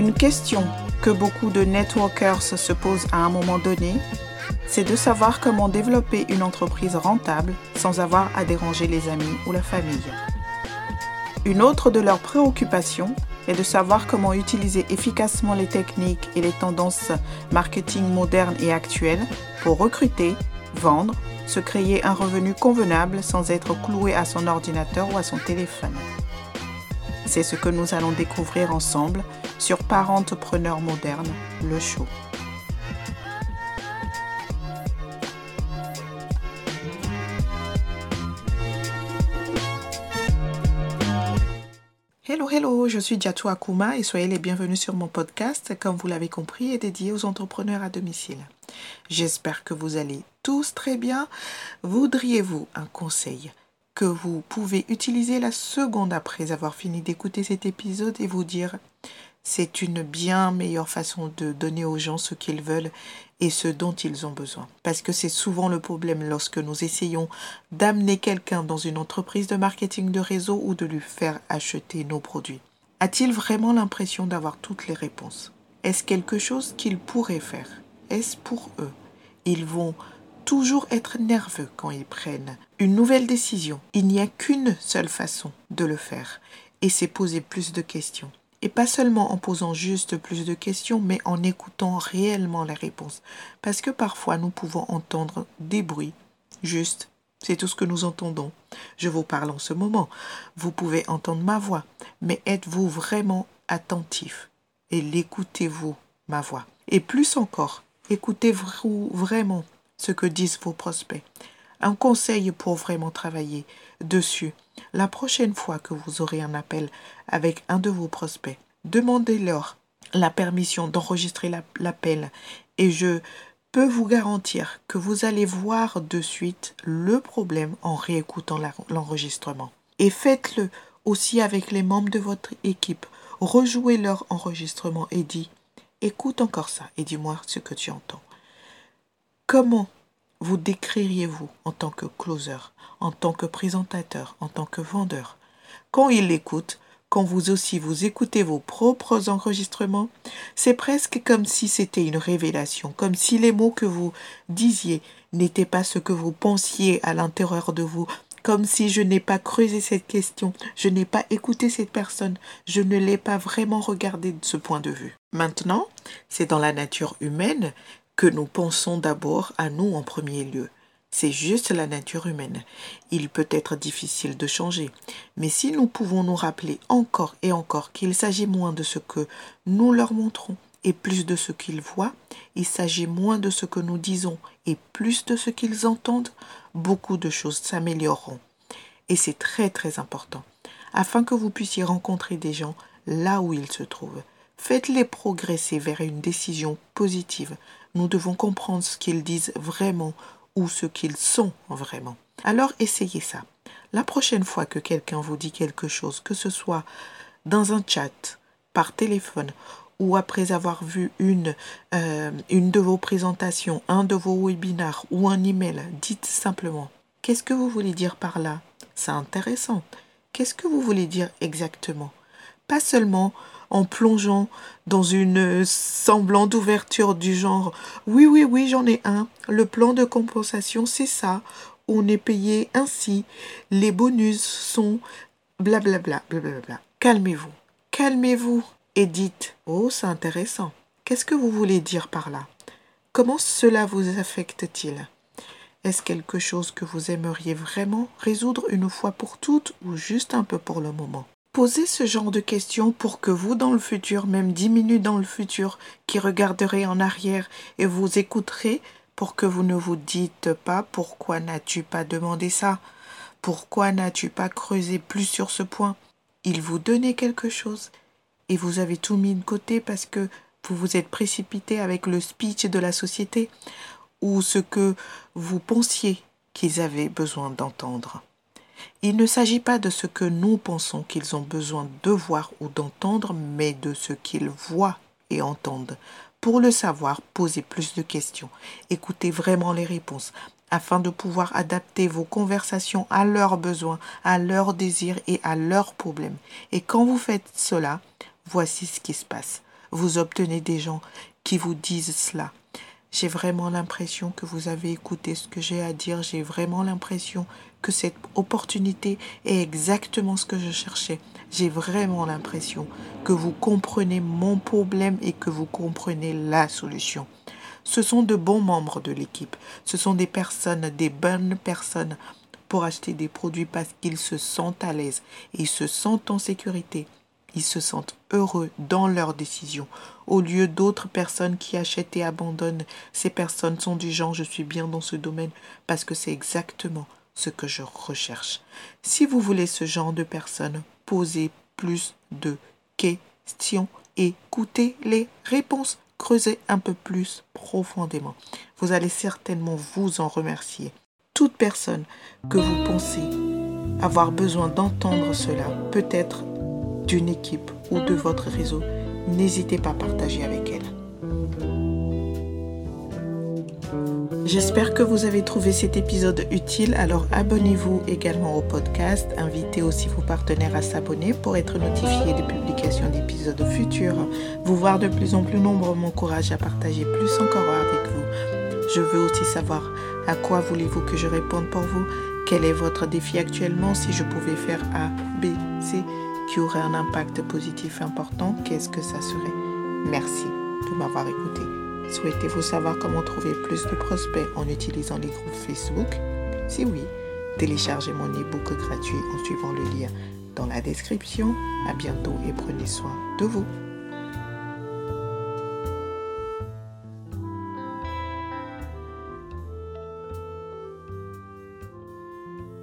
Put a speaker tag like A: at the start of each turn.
A: Une question que beaucoup de networkers se posent à un moment donné, c'est de savoir comment développer une entreprise rentable sans avoir à déranger les amis ou la famille. Une autre de leurs préoccupations est de savoir comment utiliser efficacement les techniques et les tendances marketing modernes et actuelles pour recruter, vendre, se créer un revenu convenable sans être cloué à son ordinateur ou à son téléphone. C'est ce que nous allons découvrir ensemble sur Parentpreneur Moderne, le show. Hello, je suis Diatou Akuma et soyez les bienvenus sur mon podcast, comme vous l'avez compris, est dédié aux entrepreneurs à domicile. J'espère que vous allez tous très bien. Voudriez-vous un conseil que vous pouvez utiliser la seconde après avoir fini d'écouter cet épisode et vous dire c'est une bien meilleure façon de donner aux gens ce qu'ils veulent et ce dont ils ont besoin. Parce que c'est souvent le problème lorsque nous essayons d'amener quelqu'un dans une entreprise de marketing de réseau ou de lui faire acheter nos produits. A-t-il vraiment l'impression d'avoir toutes les réponses? Est-ce quelque chose qu'ils pourraient faire? Est-ce pour eux? Ils vont toujours être nerveux quand ils prennent une nouvelle décision. Il n'y a qu'une seule façon de le faire et c'est poser plus de questions. Et pas seulement en posant juste plus de questions, mais en écoutant réellement les réponses. Parce que parfois, nous pouvons entendre des bruits. Juste, c'est tout ce que nous entendons. Je vous parle en ce moment. Vous pouvez entendre ma voix. Mais êtes-vous vraiment attentif? Et l'écoutez-vous, ma voix? Et plus encore, écoutez-vous vraiment ce que disent vos prospects? Un conseil pour vraiment travailler dessus. La prochaine fois que vous aurez un appel avec un de vos prospects, demandez-leur la permission d'enregistrer l'appel et je peux vous garantir que vous allez voir de suite le problème en réécoutant l'enregistrement. Et faites-le aussi avec les membres de votre équipe. Rejouez leur enregistrement et écoute encore ça et dis-moi ce que tu entends. Comment vous décririez-vous en tant que closer, en tant que présentateur, en tant que vendeur? Quand il l'écoute, quand vous aussi vous écoutez vos propres enregistrements, c'est presque comme si c'était une révélation, comme si les mots que vous disiez n'étaient pas ce que vous pensiez à l'intérieur de vous, comme si je n'ai pas creusé cette question, je n'ai pas écouté cette personne, je ne l'ai pas vraiment regardé de ce point de vue. Maintenant, c'est dans la nature humaine que nous pensons d'abord à nous en premier lieu. C'est juste la nature humaine. Il peut être difficile de changer. Mais si nous pouvons nous rappeler encore et encore qu'il s'agit moins de ce que nous leur montrons et plus de ce qu'ils voient, il s'agit moins de ce que nous disons et plus de ce qu'ils entendent, beaucoup de choses s'amélioreront. Et c'est très très important, afin que vous puissiez rencontrer des gens là où ils se trouvent. Faites-les progresser vers une décision positive. Nous devons comprendre ce qu'ils disent vraiment ou ce qu'ils sont vraiment. Alors essayez ça. La prochaine fois que quelqu'un vous dit quelque chose, que ce soit dans un chat, par téléphone ou après avoir vu une de vos présentations, un de vos webinaires ou un email, dites simplement « Qu'est-ce que vous voulez dire par là? C'est intéressant. Qu'est-ce que vous voulez dire exactement ?» Pas seulement en plongeant dans une semblant d'ouverture du genre « Oui, j'en ai un. Le plan de compensation, c'est ça. On est payé ainsi. Les bonus sont blablabla. Blablabla. » Calmez-vous et dites « Oh, c'est intéressant. Qu'est-ce que vous voulez dire par là? Comment cela vous affecte-t-il? Est-ce quelque chose que vous aimeriez vraiment résoudre une fois pour toutes ou juste un peu pour le moment? » Posez ce genre de questions pour que vous, dans le futur, même 10 minutes dans le futur, qui regarderez en arrière et vous écouterez pour que vous ne vous dites pas « Pourquoi n'as-tu pas demandé ça? Pourquoi n'as-tu pas creusé plus sur ce point ?» Il vous donnait quelque chose et vous avez tout mis de côté parce que vous vous êtes précipité avec le speech de la société ou ce que vous pensiez qu'ils avaient besoin d'entendre. Il ne s'agit pas de ce que nous pensons qu'ils ont besoin de voir ou d'entendre, mais de ce qu'ils voient et entendent. Pour le savoir, posez plus de questions. Écoutez vraiment les réponses afin de pouvoir adapter vos conversations à leurs besoins, à leurs désirs et à leurs problèmes. Et quand vous faites cela, voici ce qui se passe. vous obtenez des gens qui vous disent cela. J'ai vraiment l'impression que vous avez écouté ce que j'ai à dire. J'ai vraiment l'impression que cette opportunité est exactement ce que je cherchais. J'ai vraiment l'impression que vous comprenez mon problème et que vous comprenez la solution. Ce sont de bons membres de l'équipe. Ce sont des personnes, des bonnes personnes pour acheter des produits parce qu'ils se sentent à l'aise. Ils se sentent en sécurité. Ils se sentent heureux dans leurs décisions. Au lieu d'autres personnes qui achètent et abandonnent, ces personnes sont du genre « je suis bien dans ce domaine » parce que c'est exactement ce que je recherche. Si vous voulez ce genre de personnes, posez plus de questions, écoutez les réponses, creusez un peu plus profondément. Vous allez certainement vous en remercier. Toute personne que vous pensez avoir besoin d'entendre cela, peut-être d'une équipe ou de votre réseau, n'hésitez pas à partager avec elle. J'espère que vous avez trouvé cet épisode utile, alors abonnez-vous également au podcast, invitez aussi vos partenaires à s'abonner pour être notifiés des publications d'épisodes futurs. Vous voir de plus en plus nombreux m'encourage à partager plus encore avec vous. Je veux aussi savoir à quoi voulez-vous que je réponde pour vous, quel est votre défi actuellement, si je pouvais faire A, B, C, qui aurait un impact positif important, qu'est-ce que ça serait? Merci de m'avoir écouté. Souhaitez-vous savoir comment trouver plus de prospects en utilisant les groupes Facebook? Si oui, téléchargez mon e-book gratuit en suivant le lien dans la description. À bientôt et prenez soin de vous.